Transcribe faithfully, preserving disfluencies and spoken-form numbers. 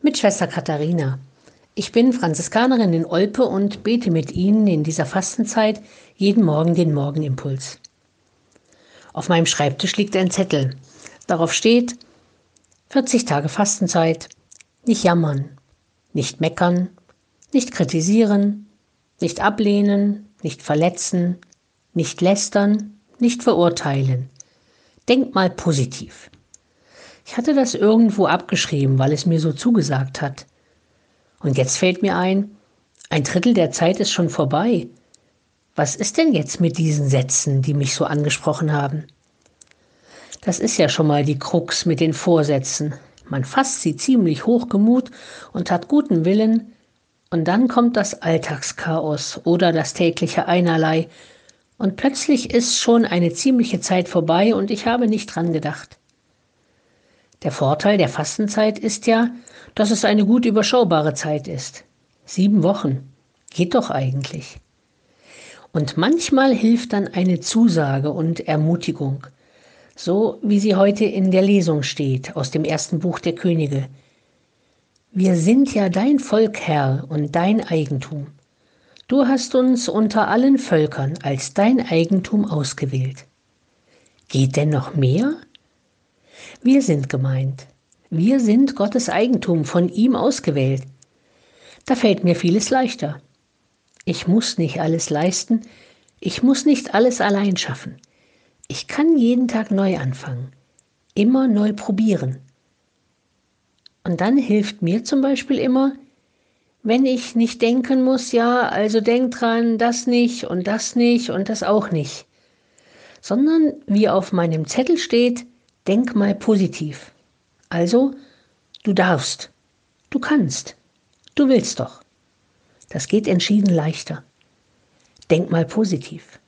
Mit Schwester Katharina. Ich bin Franziskanerin in Olpe und bete mit Ihnen in dieser Fastenzeit jeden Morgen den Morgenimpuls. Auf meinem Schreibtisch liegt ein Zettel. Darauf steht vierzig Tage Fastenzeit, nicht jammern, nicht meckern, nicht kritisieren, nicht ablehnen, nicht verletzen, nicht lästern, nicht verurteilen. Denk mal positiv. Ich hatte das irgendwo abgeschrieben, weil es mir so zugesagt hat. Und jetzt fällt mir ein, ein Drittel der Zeit ist schon vorbei. Was ist denn jetzt mit diesen Sätzen, die mich so angesprochen haben? Das ist ja schon mal die Krux mit den Vorsätzen. Man fasst sie ziemlich hochgemut und hat guten Willen, und dann kommt das Alltagschaos oder das tägliche Einerlei, und plötzlich ist schon eine ziemliche Zeit vorbei und ich habe nicht dran gedacht. Der Vorteil der Fastenzeit ist ja, dass es eine gut überschaubare Zeit ist. Sieben Wochen. Geht doch eigentlich. Und manchmal hilft dann eine Zusage und Ermutigung. So wie sie heute in der Lesung steht, aus dem ersten Buch der Könige. Wir sind ja dein Volk, Herr, und dein Eigentum. Du hast uns unter allen Völkern als dein Eigentum ausgewählt. Geht denn noch mehr? Wir sind gemeint. Wir sind Gottes Eigentum, von ihm ausgewählt. Da fällt mir vieles leichter. Ich muss nicht alles leisten, ich muss nicht alles allein schaffen. Ich kann jeden Tag neu anfangen, immer neu probieren. Und dann hilft mir zum Beispiel immer, wenn ich nicht denken muss, ja, also denk dran, das nicht und das nicht und das auch nicht, sondern wie auf meinem Zettel steht, denk mal positiv. Also, du darfst, du kannst, du willst doch. Das geht entschieden leichter. Denk mal positiv.